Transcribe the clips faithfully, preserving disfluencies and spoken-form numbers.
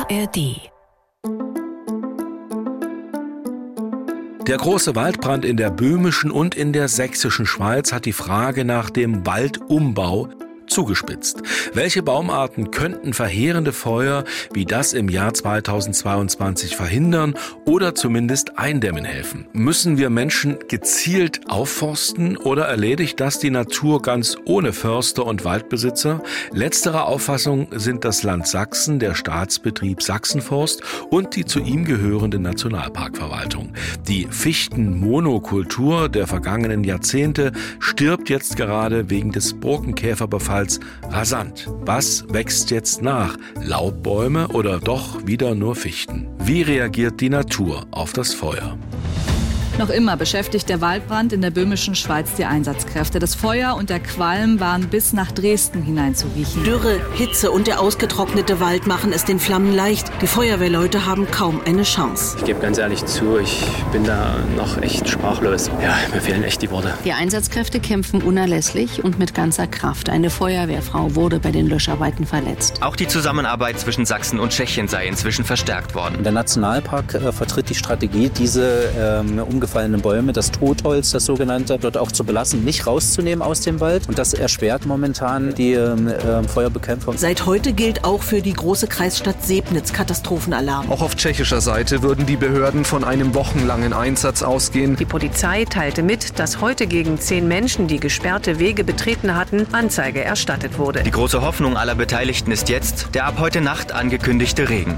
A R D. Der große Waldbrand in der böhmischen und in der sächsischen Schweiz hat die Frage nach dem Waldumbau zugespitzt. Welche Baumarten könnten verheerende Feuer wie das im Jahr zweitausendzweiundzwanzig verhindern oder zumindest eindämmen helfen? Müssen wir Menschen gezielt aufforsten oder erledigt das die Natur ganz ohne Förster und Waldbesitzer? Letzterer Auffassung sind das Land Sachsen, der Staatsbetrieb Sachsenforst und die zu ihm gehörende Nationalparkverwaltung. Die Fichtenmonokultur der vergangenen Jahrzehnte stirbt jetzt gerade wegen des Borkenkäferbefalls rasant. Was wächst jetzt nach? Laubbäume oder doch wieder nur Fichten? Wie reagiert die Natur auf das Feuer? Noch immer beschäftigt der Waldbrand in der böhmischen Schweiz die Einsatzkräfte. Das Feuer und der Qualm waren bis nach Dresden hinein zu riechen. Dürre, Hitze und der ausgetrocknete Wald machen es den Flammen leicht. Die Feuerwehrleute haben kaum eine Chance. Ich gebe ganz ehrlich zu, ich bin da noch echt sprachlos. Ja, mir fehlen echt die Worte. Die Einsatzkräfte kämpfen unerlässlich und mit ganzer Kraft. Eine Feuerwehrfrau wurde bei den Löscharbeiten verletzt. Auch die Zusammenarbeit zwischen Sachsen und Tschechien sei inzwischen verstärkt worden. Der Nationalpark äh, vertritt die Strategie, diese ähm, umgefallenen Bäume, das Totholz, das sogenannte, dort auch zu belassen, nicht rauszunehmen aus dem Wald. Und das erschwert momentan die äh, Feuerbekämpfung. Seit heute gilt auch für die große Kreisstadt Sebnitz Katastrophenalarm. Auch auf tschechischer Seite würden die Behörden von einem wochenlangen Einsatz ausgehen. Die Polizei teilte mit, dass heute gegen zehn Menschen, die gesperrte Wege betreten hatten, Anzeige erstattet wurde. Die große Hoffnung aller Beteiligten ist jetzt der ab heute Nacht angekündigte Regen.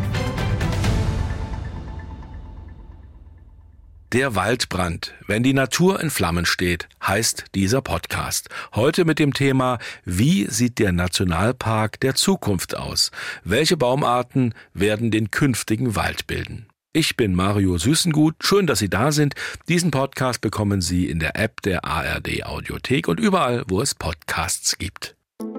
Der Waldbrand. Wenn die Natur in Flammen steht, heißt dieser Podcast. Heute mit dem Thema: Wie sieht der Nationalpark der Zukunft aus? Welche Baumarten werden den künftigen Wald bilden? Ich bin Mario Süßengut. Schön, dass Sie da sind. Diesen Podcast bekommen Sie in der App der A R D Audiothek und überall, wo es Podcasts gibt.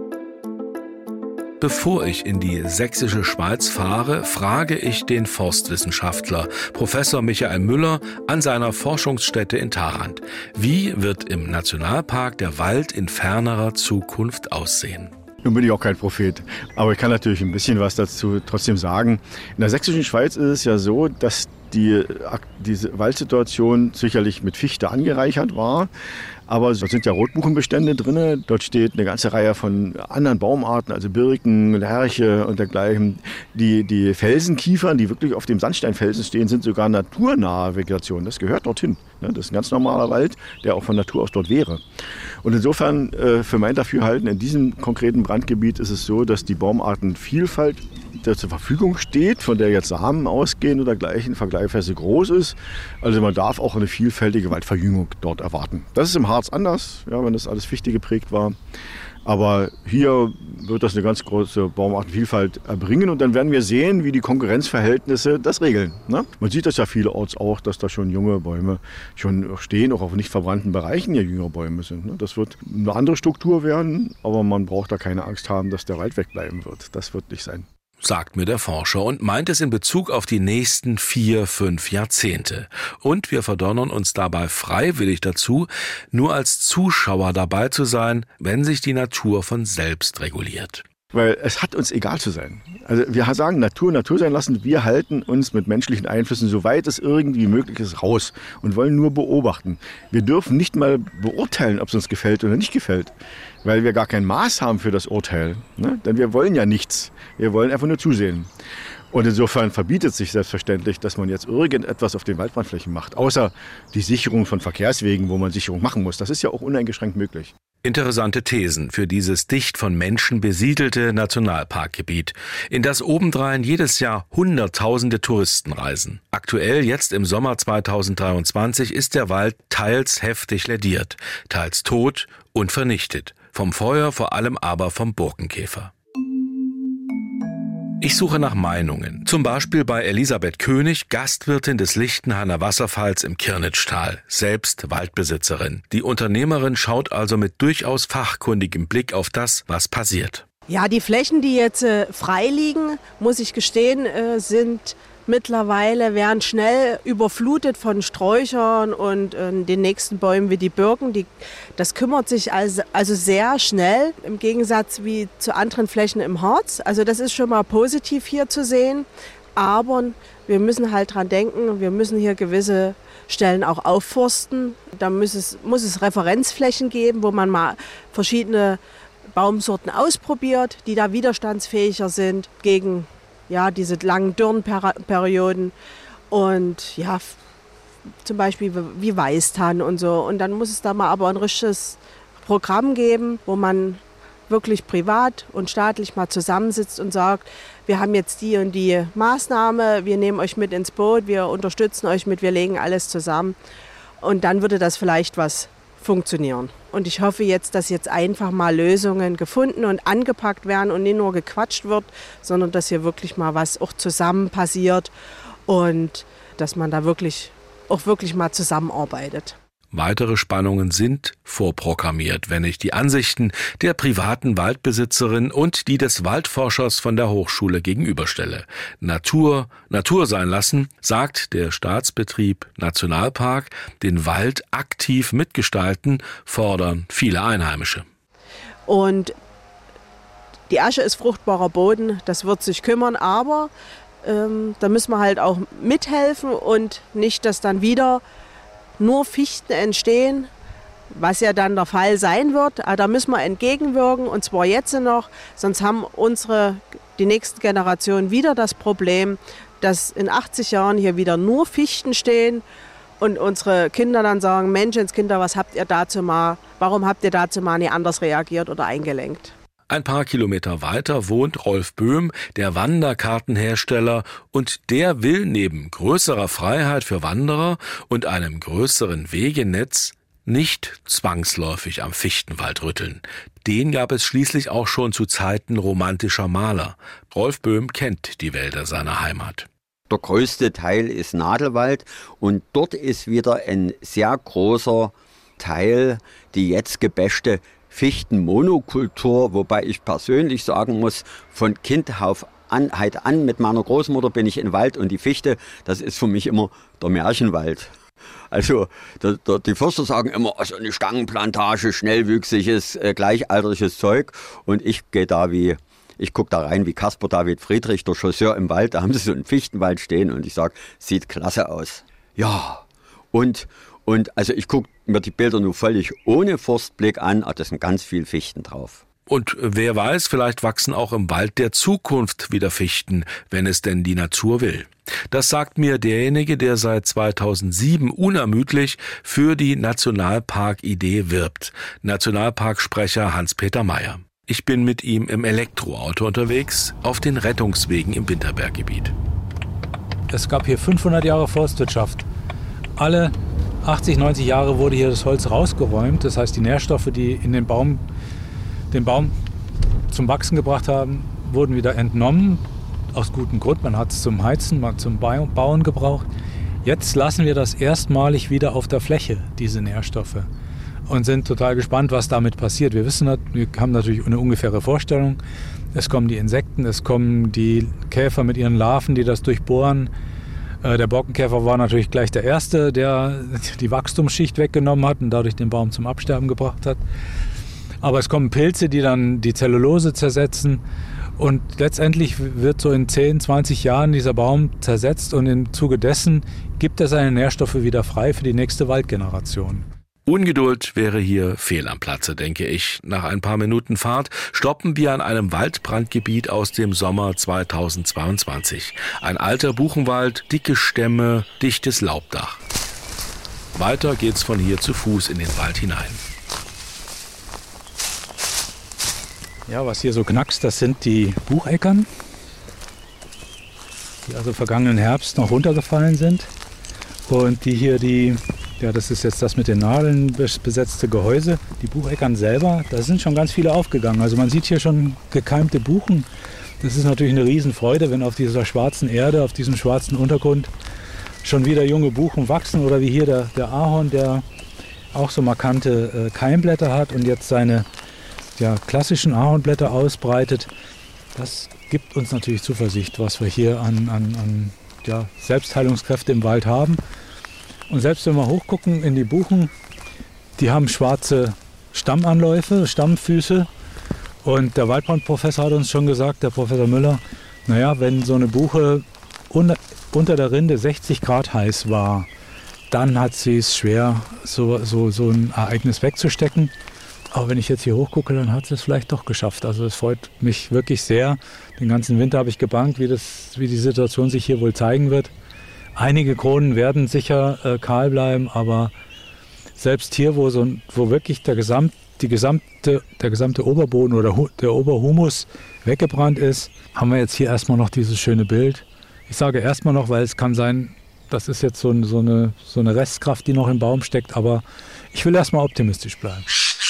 Bevor ich in die sächsische Schweiz fahre, frage ich den Forstwissenschaftler Professor Michael Müller an seiner Forschungsstätte in Tharandt. Wie wird im Nationalpark der Wald in fernerer Zukunft aussehen? Nun bin ich auch kein Prophet, aber ich kann natürlich ein bisschen was dazu trotzdem sagen. In der sächsischen Schweiz ist es ja so, dass die, diese Waldsituation sicherlich mit Fichte angereichert war. Aber da sind ja Rotbuchenbestände drin. Dort steht eine ganze Reihe von anderen Baumarten, also Birken, Lärche und dergleichen. Die, die Felsenkiefern, die wirklich auf dem Sandsteinfelsen stehen, sind sogar naturnahe Vegetation. Das gehört dorthin. Das ist ein ganz normaler Wald, der auch von Natur aus dort wäre. Und insofern, für mein Dafürhalten, in diesem konkreten Brandgebiet ist es so, dass die Baumartenvielfalt der zur Verfügung steht, von der jetzt Samen ausgehen oder dergleichen, vergleichsweise groß ist. Also man darf auch eine vielfältige Waldverjüngung dort erwarten. Das ist im Harz anders, ja, wenn das alles Fichte geprägt war. Aber hier wird das eine ganz große Baumartenvielfalt erbringen und dann werden wir sehen, wie die Konkurrenzverhältnisse das regeln. Ne? Man sieht das ja vielerorts auch, dass da schon junge Bäume schon stehen, auch auf nicht verbrannten Bereichen ja jüngere Bäume sind. Ne? Das wird eine andere Struktur werden, aber man braucht da keine Angst haben, dass der Wald wegbleiben wird. Das wird nicht sein. Sagt mir der Forscher und meint es in Bezug auf die nächsten vier, fünf Jahrzehnte. Und wir verdonnern uns dabei freiwillig dazu, nur als Zuschauer dabei zu sein, wenn sich die Natur von selbst reguliert. Weil es hat uns egal zu sein. Also wir sagen Natur, Natur sein lassen. Wir halten uns mit menschlichen Einflüssen, soweit es irgendwie möglich ist, raus und wollen nur beobachten. Wir dürfen nicht mal beurteilen, ob es uns gefällt oder nicht gefällt, weil wir gar kein Maß haben für das Urteil. Ne? Denn wir wollen ja nichts. Wir wollen einfach nur zusehen. Und insofern verbietet sich selbstverständlich, dass man jetzt irgendetwas auf den Waldbrandflächen macht, außer die Sicherung von Verkehrswegen, wo man Sicherung machen muss. Das ist ja auch uneingeschränkt möglich. Interessante Thesen für dieses dicht von Menschen besiedelte Nationalparkgebiet, in das obendrein jedes Jahr Hunderttausende Touristen reisen. Aktuell, jetzt im Sommer zweitausenddreiundzwanzig, ist der Wald teils heftig lädiert, teils tot und vernichtet. Vom Feuer, vor allem aber vom Borkenkäfer. Ich suche nach Meinungen, zum Beispiel bei Elisabeth König, Gastwirtin des Lichtenhainer Wasserfalls im Kirnitschtal, selbst Waldbesitzerin. Die Unternehmerin schaut also mit durchaus fachkundigem Blick auf das, was passiert. Ja, die Flächen, die jetzt äh, frei liegen, muss ich gestehen, äh, sind mittlerweile werden schnell überflutet von Sträuchern und äh, den nächsten Bäumen wie die Birken. Die, das kümmert sich also, also sehr schnell im Gegensatz wie zu anderen Flächen im Harz. Also das ist schon mal positiv hier zu sehen. Aber wir müssen halt dran denken, wir müssen hier gewisse Stellen auch aufforsten. Da muss es, muss es Referenzflächen geben, wo man mal verschiedene Baumsorten ausprobiert, die da widerstandsfähiger sind gegen ja, diese langen Dürrenperioden und ja, zum Beispiel wie Weißtann und so. Und dann muss es da mal aber ein richtiges Programm geben, wo man wirklich privat und staatlich mal zusammensitzt und sagt, wir haben jetzt die und die Maßnahme, wir nehmen euch mit ins Boot, wir unterstützen euch mit, wir legen alles zusammen. Und dann würde das vielleicht was funktionieren. Und ich hoffe jetzt, dass jetzt einfach mal Lösungen gefunden und angepackt werden und nicht nur gequatscht wird, sondern dass hier wirklich mal was auch zusammen passiert und dass man da wirklich auch wirklich mal zusammenarbeitet. Weitere Spannungen sind vorprogrammiert, wenn ich die Ansichten der privaten Waldbesitzerin und die des Waldforschers von der Hochschule gegenüberstelle. Natur, Natur sein lassen, sagt der Staatsbetrieb Nationalpark, den Wald aktiv mitgestalten, fordern viele Einheimische. Und die Asche ist fruchtbarer Boden, das wird sich kümmern, aber ähm, da müssen wir halt auch mithelfen und nicht, dass dann wieder nur Fichten entstehen, was ja dann der Fall sein wird. Aber da müssen wir entgegenwirken und zwar jetzt noch, sonst haben unsere, die nächsten Generationen wieder das Problem, dass in achtzig Jahren hier wieder nur Fichten stehen und unsere Kinder dann sagen, Menschenskinder, was habt ihr dazu mal, warum habt ihr dazu mal nicht anders reagiert oder eingelenkt? Ein paar Kilometer weiter wohnt Rolf Böhm, der Wanderkartenhersteller, und der will neben größerer Freiheit für Wanderer und einem größeren Wegenetz nicht zwangsläufig am Fichtenwald rütteln. Den gab es schließlich auch schon zu Zeiten romantischer Maler. Rolf Böhm kennt die Wälder seiner Heimat. Der größte Teil ist Nadelwald und dort ist wieder ein sehr großer Teil die jetzt gebäschte Fichtenmonokultur, wobei ich persönlich sagen muss, von Kind auf an, halt an mit meiner Großmutter bin ich im Wald und die Fichte, das ist für mich immer der Märchenwald. Also der, der, die Förster sagen immer, also eine Stangenplantage, schnellwüchsiges, äh, gleichaltriges Zeug und ich gehe da wie, ich gucke da rein wie Caspar David Friedrich, der Chausseur im Wald, da haben sie so einen Fichtenwald stehen und ich sage, sieht klasse aus. Ja, und Und also ich gucke mir die Bilder nur völlig ohne Forstblick an, ah, da sind ganz viel Fichten drauf. Und wer weiß, vielleicht wachsen auch im Wald der Zukunft wieder Fichten, wenn es denn die Natur will. Das sagt mir derjenige, der seit zweitausendsieben unermüdlich für die Nationalpark-Idee wirbt. Nationalparksprecher Hans-Peter Meyer. Ich bin mit ihm im Elektroauto unterwegs, auf den Rettungswegen im Winterberggebiet. Es gab hier fünfhundert Jahre Forstwirtschaft. Alle achtzig, neunzig Jahre wurde hier das Holz rausgeräumt. Das heißt, die Nährstoffe, die in den Baum, den Baum zum Wachsen gebracht haben, wurden wieder entnommen. Aus gutem Grund. Man hat es zum Heizen, man zum Bauen gebraucht. Jetzt lassen wir das erstmalig wieder auf der Fläche, diese Nährstoffe. Und sind total gespannt, was damit passiert. Wir wissen, wir haben natürlich eine ungefähre Vorstellung. Es kommen die Insekten, es kommen die Käfer mit ihren Larven, die das durchbohren. Der Borkenkäfer war natürlich gleich der Erste, der die Wachstumsschicht weggenommen hat und dadurch den Baum zum Absterben gebracht hat. Aber es kommen Pilze, die dann die Zellulose zersetzen. Und letztendlich wird so in zehn, zwanzig Jahren dieser Baum zersetzt und im Zuge dessen gibt er seine Nährstoffe wieder frei für die nächste Waldgeneration. Ungeduld wäre hier fehl am Platze, denke ich. Nach ein paar Minuten Fahrt stoppen wir an einem Waldbrandgebiet aus dem Sommer zweitausendzweiundzwanzig. Ein alter Buchenwald, dicke Stämme, dichtes Laubdach. Weiter geht's von hier zu Fuß in den Wald hinein. Ja, was hier so knackst, das sind die Bucheckern, die also vergangenen Herbst noch runtergefallen sind. Und die hier die... Ja, das ist jetzt das mit den Nadeln besetzte Gehäuse. Die Bucheckern selber, da sind schon ganz viele aufgegangen. Also man sieht hier schon gekeimte Buchen. Das ist natürlich eine Riesenfreude, wenn auf dieser schwarzen Erde, auf diesem schwarzen Untergrund schon wieder junge Buchen wachsen. Oder wie hier der, der Ahorn, der auch so markante äh, Keimblätter hat und jetzt seine ja, klassischen Ahornblätter ausbreitet. Das gibt uns natürlich Zuversicht, was wir hier an, an, an ja, Selbstheilungskräfte im Wald haben. Und selbst wenn wir hochgucken in die Buchen, die haben schwarze Stammanläufe, Stammfüße. Und der Waldbrandprofessor hat uns schon gesagt, der Professor Müller, naja, wenn so eine Buche unter, unter der Rinde sechzig Grad heiß war, dann hat sie es schwer, so, so, so ein Ereignis wegzustecken. Aber wenn ich jetzt hier hochgucke, dann hat sie es vielleicht doch geschafft. Also es freut mich wirklich sehr. Den ganzen Winter habe ich gebangt, wie, das, wie die Situation sich hier wohl zeigen wird. Einige Kronen werden sicher äh, kahl bleiben, aber selbst hier, wo, so, wo wirklich der, Gesamt, die gesamte, der gesamte Oberboden oder der Oberhumus weggebrannt ist, haben wir jetzt hier erstmal noch dieses schöne Bild. Ich sage erstmal noch, weil es kann sein, das ist jetzt so, so, eine, so eine Restkraft, die noch im Baum steckt, aber ich will erstmal optimistisch bleiben.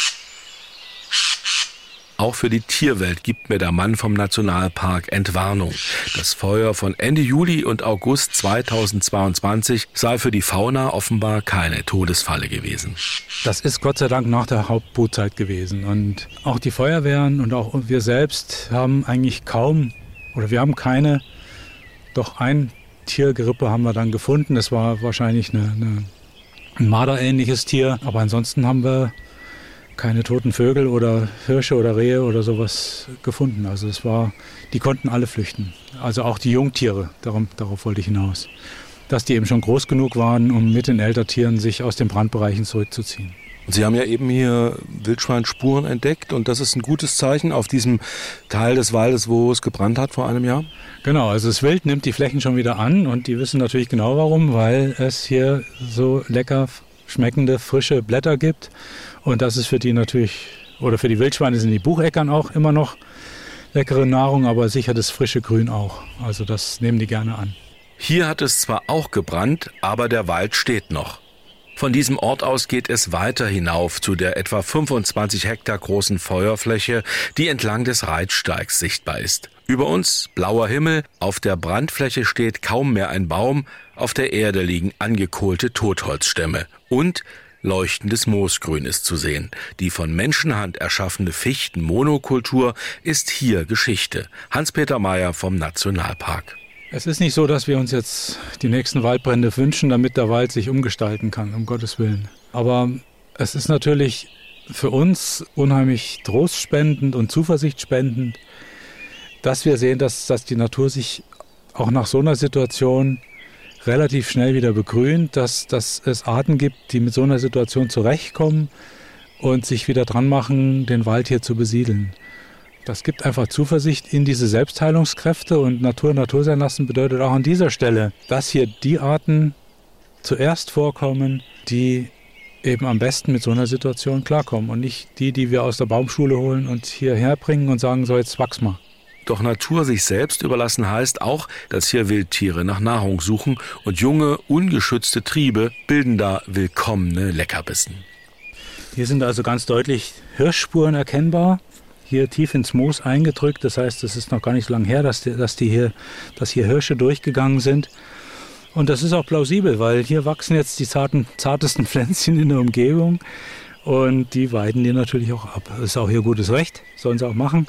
Auch für die Tierwelt gibt mir der Mann vom Nationalpark Entwarnung. Das Feuer von Ende Juli und August zweitausendzweiundzwanzig sei für die Fauna offenbar keine Todesfalle gewesen. Das ist Gott sei Dank nach der Hauptbrutzeit gewesen. Und auch die Feuerwehren und auch wir selbst haben eigentlich kaum, oder wir haben keine, doch ein Tiergrippe haben wir dann gefunden. Das war wahrscheinlich eine, eine, ein Marderähnliches Tier. Aber ansonsten haben wir keine toten Vögel oder Hirsche oder Rehe oder sowas gefunden. Also es war, die konnten alle flüchten. Also auch die Jungtiere, darum, darauf wollte ich hinaus. Dass die eben schon groß genug waren, um mit den Elterntieren sich aus den Brandbereichen zurückzuziehen. Sie haben ja eben hier Wildschweinspuren entdeckt und das ist ein gutes Zeichen auf diesem Teil des Waldes, wo es gebrannt hat vor einem Jahr? Genau, also das Wild nimmt die Flächen schon wieder an und die wissen natürlich genau warum, weil es hier so lecker schmeckende, frische Blätter gibt. Und das ist für die natürlich, oder für die Wildschweine sind die Bucheckern auch immer noch leckere Nahrung, aber sicher das frische Grün auch. Also das nehmen die gerne an. Hier hat es zwar auch gebrannt, aber der Wald steht noch. Von diesem Ort aus geht es weiter hinauf zu der etwa fünfundzwanzig Hektar großen Feuerfläche, die entlang des Reitsteigs sichtbar ist. Über uns blauer Himmel, auf der Brandfläche steht kaum mehr ein Baum, auf der Erde liegen angekohlte Totholzstämme und leuchtendes Moosgrün ist zu sehen. Die von Menschenhand erschaffene Fichtenmonokultur ist hier Geschichte. Hans-Peter Mayer vom Nationalpark. Es ist nicht so, dass wir uns jetzt die nächsten Waldbrände wünschen, damit der Wald sich umgestalten kann, um Gottes Willen. Aber es ist natürlich für uns unheimlich trostspendend und zuversichtspendend, dass wir sehen, dass, dass die Natur sich auch nach so einer Situation relativ schnell wieder begrünt, dass, dass es Arten gibt, die mit so einer Situation zurechtkommen und sich wieder dran machen, den Wald hier zu besiedeln. Das gibt einfach Zuversicht in diese Selbstheilungskräfte und Natur Natur sein lassen bedeutet auch an dieser Stelle, dass hier die Arten zuerst vorkommen, die eben am besten mit so einer Situation klarkommen und nicht die, die wir aus der Baumschule holen und hierher bringen und sagen, so jetzt wachs mal. Doch Natur sich selbst überlassen heißt auch, dass hier Wildtiere nach Nahrung suchen und junge, ungeschützte Triebe bilden da willkommene Leckerbissen. Hier sind also ganz deutlich Hirschspuren erkennbar, hier tief ins Moos eingedrückt. Das heißt, es ist noch gar nicht so lange her, dass, die, dass, die hier, dass hier Hirsche durchgegangen sind. Und das ist auch plausibel, weil hier wachsen jetzt die zarten, zartesten Pflänzchen in der Umgebung und die weiden die natürlich auch ab. Das ist auch hier gutes Recht, sollen sie auch machen.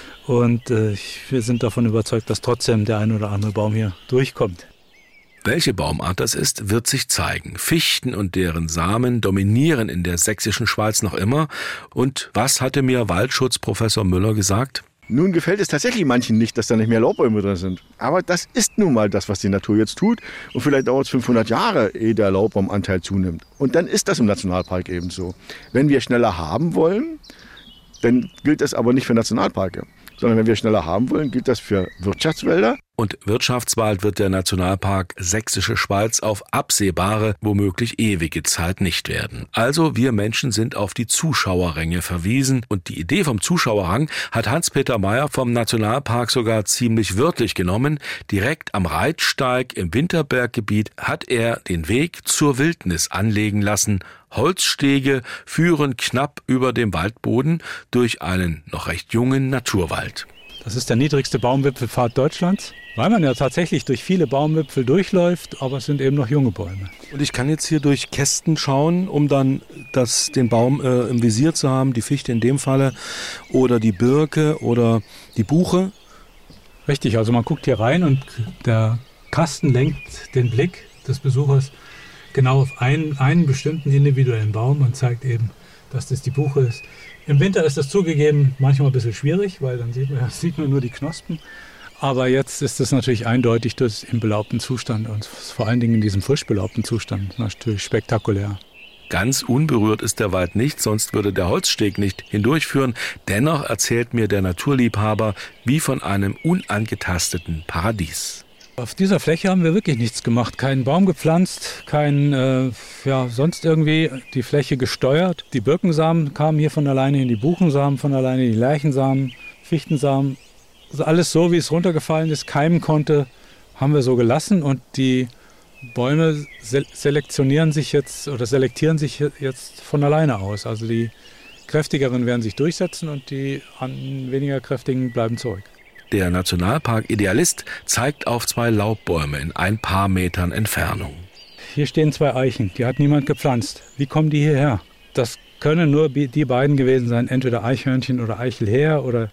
Und äh, wir sind davon überzeugt, dass trotzdem der ein oder andere Baum hier durchkommt. Welche Baumart das ist, wird sich zeigen. Fichten und deren Samen dominieren in der sächsischen Schweiz noch immer. Und was hatte mir Waldschutzprofessor Müller gesagt? Nun gefällt es tatsächlich manchen nicht, dass da nicht mehr Laubbäume drin sind. Aber das ist nun mal das, was die Natur jetzt tut. Und vielleicht dauert es fünfhundert Jahre, ehe der Laubbaumanteil zunimmt. Und dann ist das im Nationalpark eben so. Wenn wir schneller haben wollen, dann gilt das aber nicht für Nationalparke. Sondern wenn wir schneller haben wollen, gilt das für Wirtschaftswälder. Und Wirtschaftswald wird der Nationalpark Sächsische Schweiz auf absehbare, womöglich ewige Zeit nicht werden. Also wir Menschen sind auf die Zuschauerränge verwiesen. Und die Idee vom Zuschauerrang hat Hans-Peter Mayer vom Nationalpark sogar ziemlich wörtlich genommen. Direkt am Reitsteig im Winterberggebiet hat er den Weg zur Wildnis anlegen lassen. Holzstege führen knapp über dem Waldboden durch einen noch recht jungen Naturwald. Das ist der niedrigste Baumwipfelpfad Deutschlands, weil man ja tatsächlich durch viele Baumwipfel durchläuft, aber es sind eben noch junge Bäume. Und ich kann jetzt hier durch Kästen schauen, um dann das, den Baum äh, im Visier zu haben, die Fichte in dem Falle oder die Birke oder die Buche. Richtig, also man guckt hier rein und der Kasten lenkt den Blick des Besuchers genau auf einen, einen bestimmten individuellen Baum und zeigt eben, dass das die Buche ist. Im Winter ist das zugegeben manchmal ein bisschen schwierig, weil dann sieht man, sieht man nur die Knospen. Aber jetzt ist es natürlich eindeutig das im belaubten Zustand und vor allen Dingen in diesem frisch belaubten Zustand natürlich spektakulär. Ganz unberührt ist der Wald nicht, sonst würde der Holzsteg nicht hindurchführen. Dennoch erzählt mir der Naturliebhaber wie von einem unangetasteten Paradies. Auf dieser Fläche haben wir wirklich nichts gemacht. Keinen Baum gepflanzt, kein, äh, ja, sonst irgendwie die Fläche gesteuert. Die Birkensamen kamen hier von alleine hin, die Buchensamen von alleine, die Lärchensamen, Fichtensamen. Also alles so, wie es runtergefallen ist, keimen konnte, haben wir so gelassen. Und die Bäume selektionieren sich jetzt oder selektieren sich jetzt von alleine aus. Also die kräftigeren werden sich durchsetzen und die weniger kräftigen bleiben zurück. Der Nationalpark Idealist zeigt auf zwei Laubbäume in ein paar Metern Entfernung. Hier stehen zwei Eichen, die hat niemand gepflanzt. Wie kommen die hierher? Das können nur die beiden gewesen sein, entweder Eichhörnchen oder Eichelhäher. Oder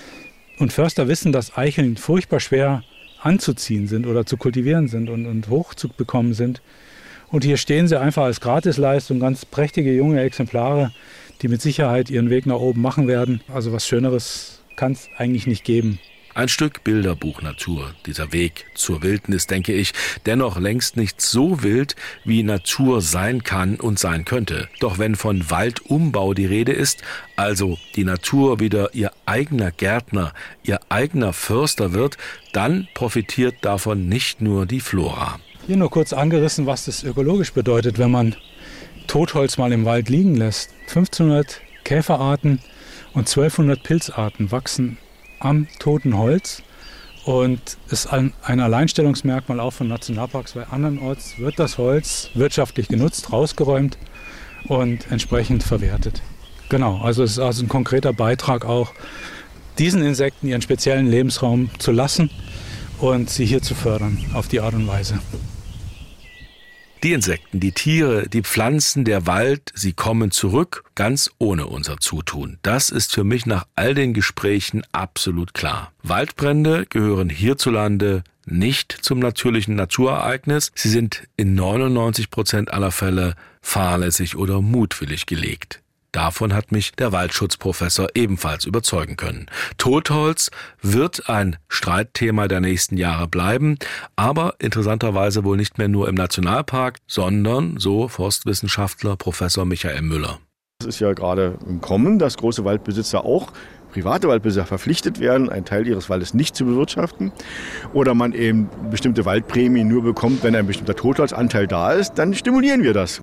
und Förster wissen, dass Eicheln furchtbar schwer anzuziehen sind oder zu kultivieren sind und, und hoch zu bekommen sind. Und hier stehen sie einfach als Gratisleistung, ganz prächtige junge Exemplare, die mit Sicherheit ihren Weg nach oben machen werden. Also was Schöneres kann es eigentlich nicht geben. Ein Stück Bilderbuch-Natur, dieser Weg zur Wildnis, denke ich, dennoch längst nicht so wild, wie Natur sein kann und sein könnte. Doch wenn von Waldumbau die Rede ist, also die Natur wieder ihr eigener Gärtner, ihr eigener Förster wird, dann profitiert davon nicht nur die Flora. Hier nur kurz angerissen, was das ökologisch bedeutet, wenn man Totholz mal im Wald liegen lässt. fünfzehnhundert Käferarten und zwölfhundert Pilzarten wachsen am toten Holz und ist ein, ein Alleinstellungsmerkmal auch von Nationalparks, weil andernorts wird das Holz wirtschaftlich genutzt, rausgeräumt und entsprechend verwertet. Genau, also es ist also ein konkreter Beitrag auch, diesen Insekten ihren speziellen Lebensraum zu lassen und sie hier zu fördern auf die Art und Weise. Die Insekten, die Tiere, die Pflanzen, der Wald, sie kommen zurück, ganz ohne unser Zutun. Das ist für mich nach all den Gesprächen absolut klar. Waldbrände gehören hierzulande nicht zum natürlichen Naturereignis. Sie sind in neunundneunzig Prozent aller Fälle fahrlässig oder mutwillig gelegt. Davon hat mich der Waldschutzprofessor ebenfalls überzeugen können. Totholz wird ein Streitthema der nächsten Jahre bleiben, aber interessanterweise wohl nicht mehr nur im Nationalpark, sondern, so Forstwissenschaftler Professor Michael Müller. Es ist ja gerade im Kommen, dass große Waldbesitzer auch private Waldbesitzer verpflichtet werden, einen Teil ihres Waldes nicht zu bewirtschaften. Oder man eben bestimmte Waldprämien nur bekommt, wenn ein bestimmter Totholzanteil da ist, dann stimulieren wir das.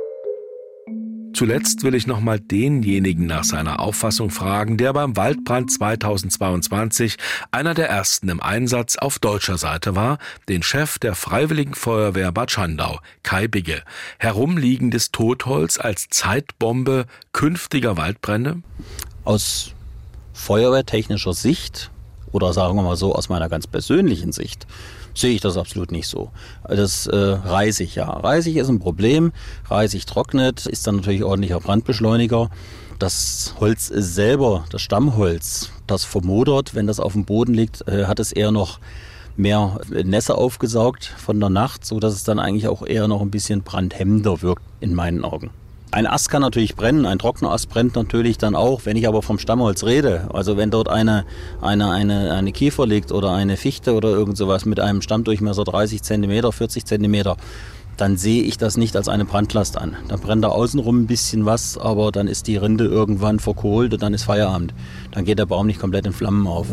Zuletzt will ich noch mal denjenigen nach seiner Auffassung fragen, der beim Waldbrand zweitausendzweiundzwanzig einer der ersten im Einsatz auf deutscher Seite war, den Chef der Freiwilligen Feuerwehr Bad Schandau, Kai Bigge. Herumliegendes Totholz als Zeitbombe künftiger Waldbrände? Aus feuerwehrtechnischer Sicht oder sagen wir mal so aus meiner ganz persönlichen Sicht sehe ich das absolut nicht so. Das äh, Reisig, ja. Reisig ist ein Problem. Reisig trocknet, ist dann natürlich ordentlicher Brandbeschleuniger. Das Holz selber, das Stammholz, das vermodert, wenn das auf dem Boden liegt, äh, hat es eher noch mehr Nässe aufgesaugt von der Nacht, so dass es dann eigentlich auch eher noch ein bisschen brandhemmender wirkt in meinen Augen. Ein Ast kann natürlich brennen, ein trockener Ast brennt natürlich dann auch. Wenn ich aber vom Stammholz rede, also wenn dort eine, eine, eine, eine Kiefer liegt oder eine Fichte oder irgend sowas mit einem Stammdurchmesser dreißig Zentimeter, vierzig Zentimeter, dann sehe ich das nicht als eine Brandlast an. Dann brennt da außenrum ein bisschen was, aber dann ist die Rinde irgendwann verkohlt und dann ist Feierabend. Dann geht der Baum nicht komplett in Flammen auf.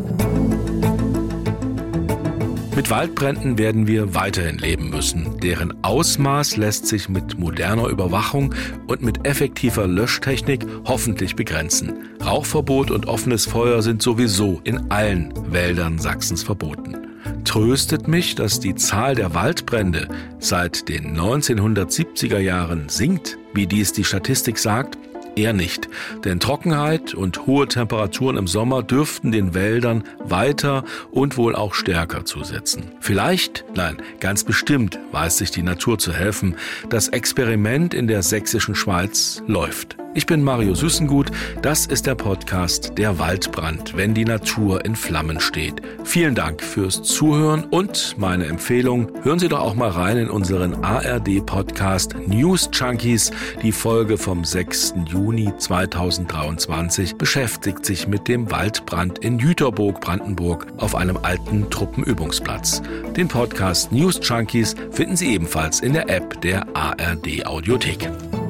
Mit Waldbränden werden wir weiterhin leben müssen. Deren Ausmaß lässt sich mit moderner Überwachung und mit effektiver Löschtechnik hoffentlich begrenzen. Rauchverbot und offenes Feuer sind sowieso in allen Wäldern Sachsens verboten. Tröstet mich, dass die Zahl der Waldbrände seit den neunzehnhundertsiebziger Jahren sinkt, wie dies die Statistik sagt. Eher nicht, denn Trockenheit und hohe Temperaturen im Sommer dürften den Wäldern weiter und wohl auch stärker zusetzen. Vielleicht, nein, ganz bestimmt weiß sich die Natur zu helfen. Das Experiment in der sächsischen Schweiz läuft. Ich bin Mario Süßengut. Das ist der Podcast Der Waldbrand, wenn die Natur in Flammen steht. Vielen Dank fürs Zuhören und meine Empfehlung, hören Sie doch auch mal rein in unseren A R D-Podcast News Junkies. Die Folge vom sechsten Juni zweitausenddreiundzwanzig beschäftigt sich mit dem Waldbrand in Jüterboog, Brandenburg, auf einem alten Truppenübungsplatz. Den Podcast News Junkies finden Sie ebenfalls in der App der A R D-Audiothek.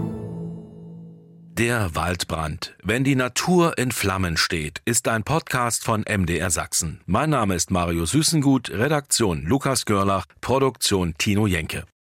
Der Waldbrand, wenn die Natur in Flammen steht, ist ein Podcast von M D R Sachsen. Mein Name ist Mario Süßengut, Redaktion Lukas Görlach, Produktion Tino Jenke.